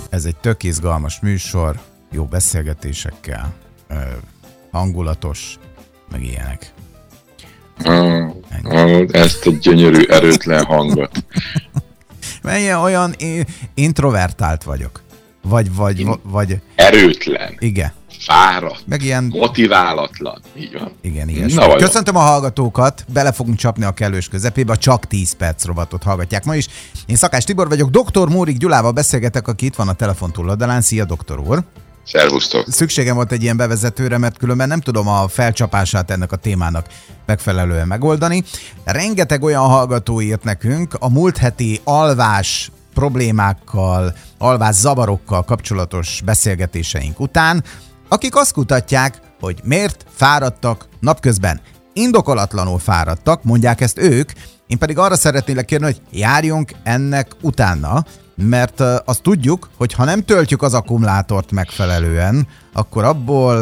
Ez egy tök izgalmas műsor, jó beszélgetésekkel, hangulatos, meg ilyenek. Ezt a gyönyörű, erőtlen hangot. Mert olyan introvertált vagyok. Vagy... Erőtlen. Igen. Fáradt. Meg ilyen... Motiválatlan. Így van. Igen. Köszöntöm a hallgatókat, bele fogunk csapni a kellős közepébe, a Csak 10 perc rovatot hallgatják ma is. Én Szakás Tibor vagyok, Dr. Mórik Gyulával beszélgetek, aki itt van a telefon túloldalán. Szia, doktor úr! Szervusztok! Szükségem volt egy ilyen bevezetőre, mert különben nem tudom a felcsapását ennek a témának megfelelően megoldani. Rengeteg olyan hallgató írt nekünk a múlt heti alvás problémákkal, alvás zavarokkal kapcsolatos beszélgetéseink után, akik azt kutatják, hogy miért fáradtak napközben. Indokolatlanul fáradtak, mondják ezt ők, én pedig arra szeretnélek kérni, hogy járjunk ennek utána, mert azt tudjuk, hogy ha nem töltjük az akkumulátort megfelelően, akkor abból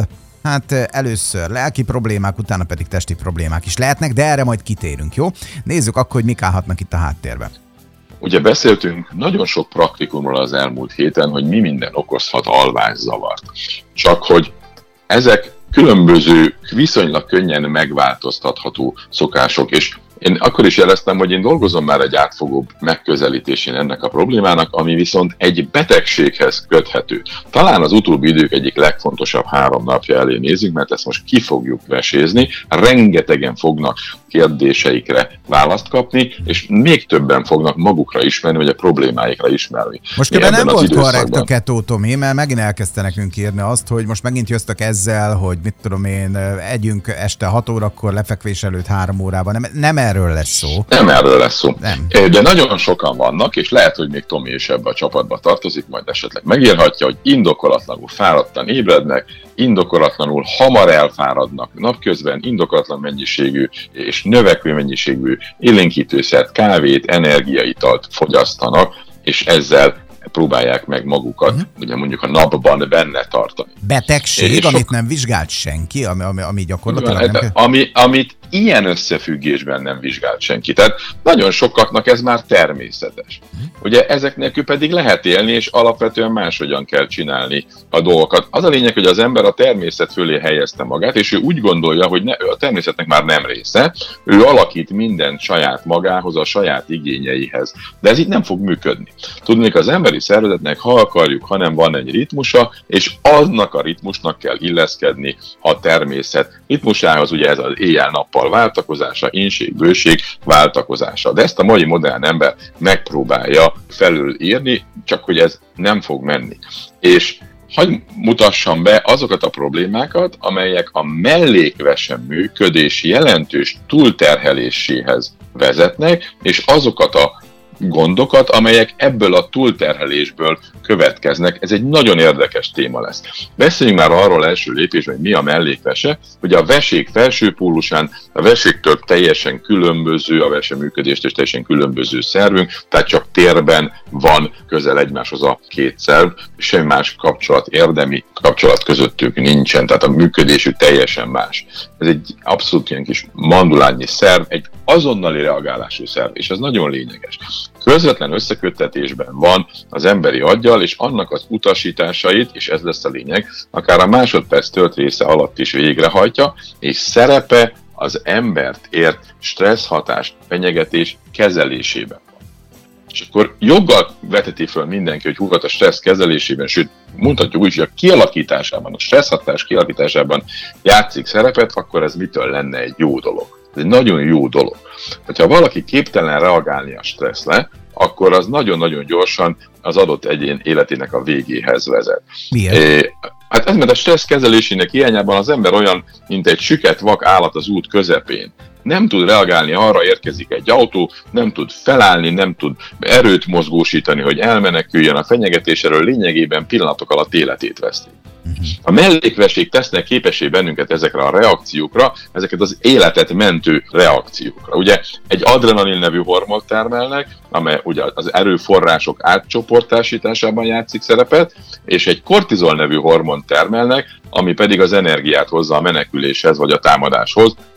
először lelki problémák, utána pedig testi problémák is lehetnek, de erre majd kitérünk, jó? Nézzük akkor, hogy mik állhatnak itt a háttérben. Ugye beszéltünk nagyon sok praktikumról az elmúlt héten, hogy mi minden okozhat alvászavart. Csak hogy ezek különböző, viszonylag könnyen megváltoztatható szokások, és én akkor is jeleztem, hogy én dolgozom már egy átfogóbb megközelítésén ennek a problémának, ami viszont egy betegséghez köthető. Talán az utóbbi idők egyik legfontosabb 3 napja elé nézünk, mert ezt most ki fogjuk vesézni. Rengetegen fognak kérdéseikre választ kapni, és még többen fognak magukra ismerni, vagy a problémáikra ismerni. Most ebben nem volt korrekt a Ketó Tomi, mert megint elkezdte nekünk írni azt, hogy most megint jöztök ezzel, hogy mit tudom én, együnk este 6 órakor, lefekvés előtt 3 órában. Nem erről lesz szó. Nem erről lesz szó. Nem. De nagyon sokan vannak, és lehet, hogy még Tomi is ebbe a csapatba tartozik, majd esetleg megírhatja, hogy indokolatlanul fáradtan ébrednek, indokolatlanul hamar elfáradnak napközben, indokolatlan mennyiségű és növekvő mennyiségű élénkítőszert, kávét, energiaitalt fogyasztanak, és ezzel próbálják meg magukat, ugye mondjuk a napban benne tartani. Betegség, amit nem vizsgált senki, ami gyakorlatilag nem... Amit ilyen összefüggésben nem vizsgált senki. Tehát nagyon sokaknak ez már természetes. Ugye ezek nélkül pedig lehet élni, és alapvetően máshogyan kell csinálni a dolgokat. Az a lényeg, hogy az ember a természet fölé helyezte magát, és ő úgy gondolja, hogy ő a természetnek már nem része, ő alakít mindent saját magához, a saját igényeihez. De ez így nem fog működni. Tudnék, az emberi szervezetnek, ha akarjuk, hanem van egy ritmusa, és annak a ritmusnak kell illeszkedni a természet ritmusához, ugye ez az éjjel-nappal váltakozása, énség-bőség váltakozása. De ezt a mai modern ember megpróbálja felülírni, csak hogy ez nem fog menni. És hadd mutassam be azokat a problémákat, amelyek a mellékvese működés jelentős túlterheléséhez vezetnek, és azokat a gondokat, amelyek ebből a túlterhelésből következnek. Ez egy nagyon érdekes téma lesz. Beszéljünk már arról első lépésben, hogy mi a mellékvese, hogy a vesék felső pólusán, a veséktől teljesen különböző, a veseműködést és teljesen különböző szervünk, tehát csak térben van közel egymáshoz a két szerv, semmi más kapcsolat, érdemi kapcsolat közöttük nincsen, tehát a működésük teljesen más. Ez egy abszolút ilyen kis mandulányi szerv, egy azonnali reagálású szerv, és ez nagyon lényeges. Közvetlen összeköttetésben van az emberi aggyal, és annak az utasításait, és ez lesz a lényeg, akár a másodperc tört része alatt is végrehajtja, és szerepe az embert ért stresszhatás, fenyegetés kezelésében van. És akkor joggal veteti föl mindenki, hogy húgat a stressz kezelésében, sőt, mondhatjuk úgy, hogy a kialakításában, a stresszhatás kialakításában játszik szerepet, akkor ez mitől lenne egy jó dolog? Ez egy nagyon jó dolog. Ha valaki képtelen reagálni a stresszre, akkor az nagyon-nagyon gyorsan az adott egyén életének a végéhez vezet. Miért? Hát ez, mert a stressz kezelésének hiányában az ember olyan, mint egy süket vak állat az út közepén. Nem tud reagálni, arra érkezik egy autó, nem tud felállni, nem tud erőt mozgósítani, hogy elmeneküljön a fenyegetésről, lényegében pillanatok alatt életét veszti. A mellékvesék tesznek képessé bennünket ezekre a reakciókra, ezeket az életet mentő reakciókra. Ugye egy adrenalin nevű hormont termelnek, amely ugye az erőforrások átcsoportosításában játszik szerepet, és egy kortizol nevű hormont termelnek, ami pedig az energiát hozza a meneküléshez vagy a támadáshoz,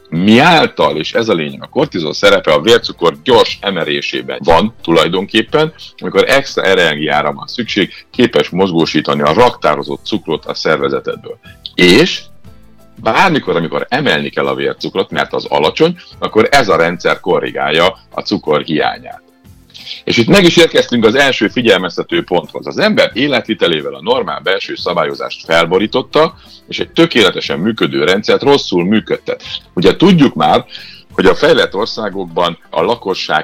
miáltal, és ez a lényeg, a kortizol szerepe a vércukor gyors emelésében van tulajdonképpen, amikor extra energiára van szükség, képes mozgósítani a raktározott cukrot a szervezetedből. És bármikor, amikor emelni kell a vércukrot, mert az alacsony, akkor ez a rendszer korrigálja a cukor hiányát. És itt meg is érkeztünk az első figyelmeztető ponthoz. Az ember életvitelével a normál belső szabályozást felborította, és egy tökéletesen működő rendszert rosszul működtet. Ugye tudjuk már, hogy a fejlett országokban a lakosság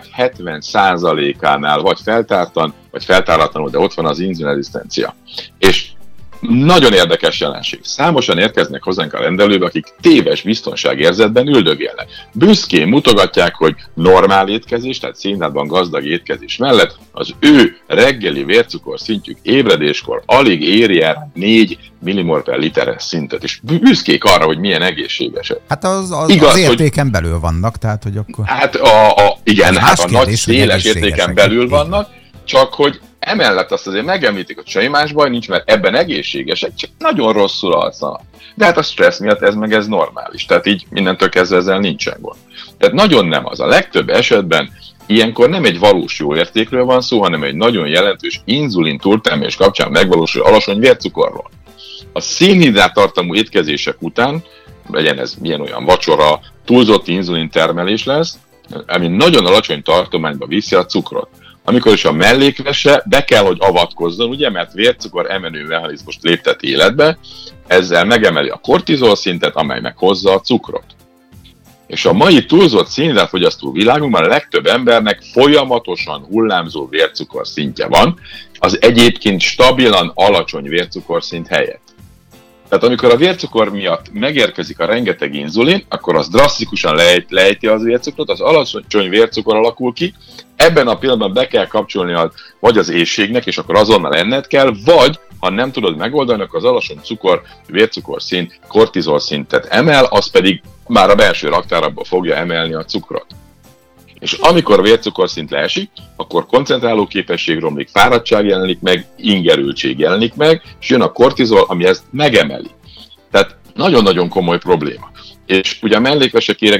70%-ánál vagy feltártan, vagy feltáratlanul, de ott van az inzulinrezisztencia. És nagyon érdekes jelenség. Számosan érkeznek hozzánk a rendelőbe, akik téves biztonságérzetben üldögélnek. Büszkén mutogatják, hogy normál étkezés, tehát szénhidrátban gazdag étkezés mellett az ő reggeli vércukor szintjük ébredéskor alig éri el 4 millimol per literes szintet, és büszkék arra, hogy milyen egészségesek. Hát az értéken belül vannak, tehát hogy akkor... Hát igen, hát a nagy széles értéken belül vannak, csak hogy emellett azt azért megemlítik, hogy semmi más baj nincs, mert ebben egészségesek, csak nagyon rosszul alszanak. De hát a stressz miatt ez normális, tehát így mindentől kezdve ezzel nincsen gond. Tehát nagyon nem az. A legtöbb esetben ilyenkor nem egy valós jó értékről van szó, hanem egy nagyon jelentős inzulin túltermelés kapcsán megvalósul alacsony vércukorról. A szénhidrát tartalmú étkezések után, legyen ez milyen olyan vacsora, túlzott inzulin termelés lesz, ami nagyon alacsony tartományba viszi a cukrot. Amikor is a mellékvese be kell, hogy avatkozzon, ugye, mert vércukor emelő mechanizmust léptet életbe, ezzel megemeli a kortizol szintet, amely meghozza a cukrot. És a mai túlzott szénhidrátfogyasztó világunkban a legtöbb embernek folyamatosan hullámzó vércukor szintje van, az egyébként stabilan alacsony vércukor szint helyett. Tehát amikor a vércukor miatt megérkezik a rengeteg inzulin, akkor az drasztikusan lejti az vércukrot, az alacsony vércukor alakul ki, ebben a pillanatban be kell kapcsolni vagy az éhségnek, és akkor azonnal enned kell, vagy ha nem tudod megoldani, akkor az alacsony vércukor szint kortizol szintet emel, az pedig már a belső raktárabba fogja emelni a cukrot. És amikor a vércukorszint leesik, akkor koncentráló képesség romlik, fáradtság jelenik meg, ingerültség jelenik meg, és jön a kortizol, ami ezt megemeli. Tehát nagyon-nagyon komoly probléma. És ugye a mellékvese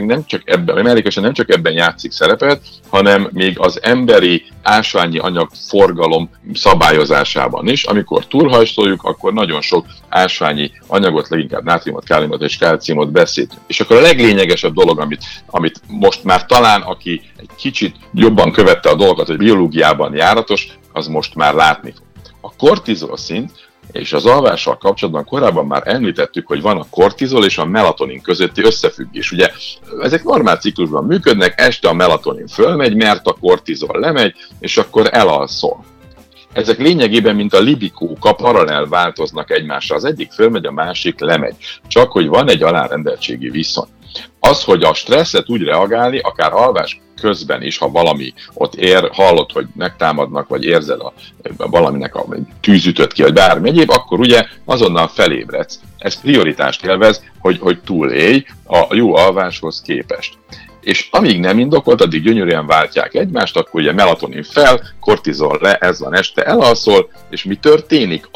nem csak ebben játszik szerepet, hanem még az emberi ásványi anyag forgalom szabályozásában is. Amikor túlhajszoljuk, akkor nagyon sok ásványi anyagot, leginkább nátriumot, káliumot és kalciumot beszéltünk. És akkor a leglényegesebb dolog, amit most már talán, aki egy kicsit jobban követte a dolgokat, hogy biológiában járatos, az most már látni fog. A kortizol szint, és az alvással kapcsolatban korábban már említettük, hogy van a kortizol és a melatonin közötti összefüggés. Ugye ezek normál ciklusban működnek, este a melatonin fölmegy, mert a kortizol lemegy, és akkor elalszol. Ezek lényegében, mint a libikóka, paralel változnak egymással. Az egyik fölmegy, a másik lemegy. Csak hogy van egy alárendeltségi viszony. Az, hogy a stresszet úgy reagálni, akár alvás közben is, ha valami ott hallod, hogy megtámadnak, vagy érzed valaminek a tűz ütött ki, vagy bármi egyéb, akkor ugye azonnal felébredsz. Ez prioritást élvez, hogy túlélj a jó alváshoz képest. És amíg nem indokolt, addig gyönyörűen váltják egymást, akkor ugye melatonin fel, kortizol le, ez van este, elalszol, és mi történik?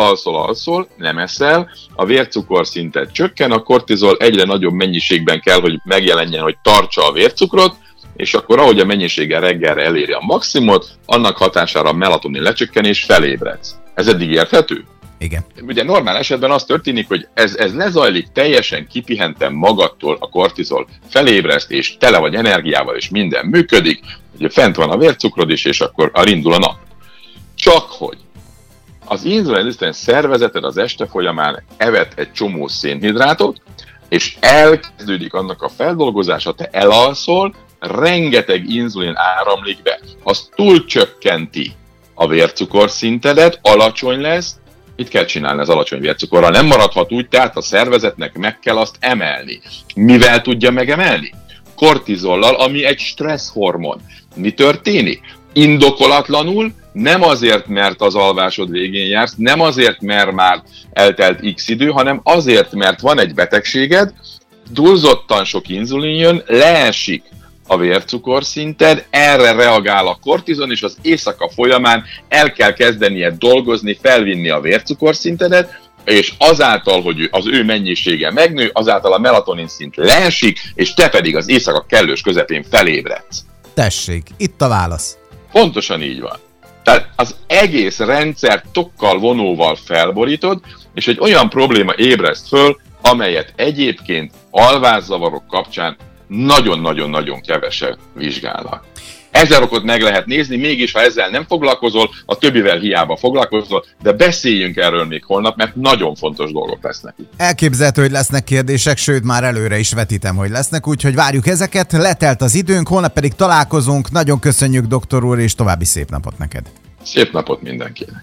Alszol, nem eszel, a vércukorszinted csökken, a kortizol egyre nagyobb mennyiségben kell, hogy megjelenjen, hogy tartsa a vércukrot, és akkor ahogy a mennyiséggel reggelre eléri a maximumot, annak hatására a melatonin lecsökken és felébredsz. Ez eddig érthető? Igen. Ugye normál esetben az történik, hogy ez lezajlik, teljesen kipihentem magadtól a kortizol, felébreszt, és tele vagy energiával, és minden működik, ugye fent van a vércukrod is, és akkor indul a nap. Csak hogy az inzulinrezisztens szervezeted az este folyamán evett egy csomó szénhidrátot, és elkezdődik annak a feldolgozása, te elalszol, rengeteg inzulin áramlik be, az túlcsökkenti a vércukorszintedet, alacsony lesz. Mit kell csinálni az alacsony vércukorral? Nem maradhat úgy, tehát a szervezetnek meg kell azt emelni. Mivel tudja megemelni? Kortizollal, ami egy stresszhormon. Mi történik? Indokolatlanul, nem azért, mert az alvásod végén jársz, nem azért, mert már eltelt x idő, hanem azért, mert van egy betegséged, túlzottan sok inzulin jön, leesik a vércukorszinted, erre reagál a kortizon, és az éjszaka folyamán el kell kezdenie dolgozni, felvinni a vércukorszintedet, és azáltal, hogy az ő mennyisége megnő, azáltal a melatonin szint leesik, és te pedig az éjszaka kellős közepén felébredsz. Tessék, itt a válasz. Pontosan így van. Tehát az egész rendszer tokkal vonóval felborítod, és egy olyan probléma ébreszt föl, amelyet egyébként alvászavarok kapcsán nagyon-nagyon-nagyon keveset vizsgálnak. 1000 okot meg lehet nézni, mégis ha ezzel nem foglalkozol, a többivel hiába foglalkozol, de beszéljünk erről még holnap, mert nagyon fontos dolgok lesznek. Elképzelhető, hogy lesznek kérdések, sőt már előre is vetítem, hogy lesznek, úgyhogy várjuk ezeket, letelt az időnk, holnap pedig találkozunk. Nagyon köszönjük, doktor úr, és további szép napot neked. Szép napot mindenkinek!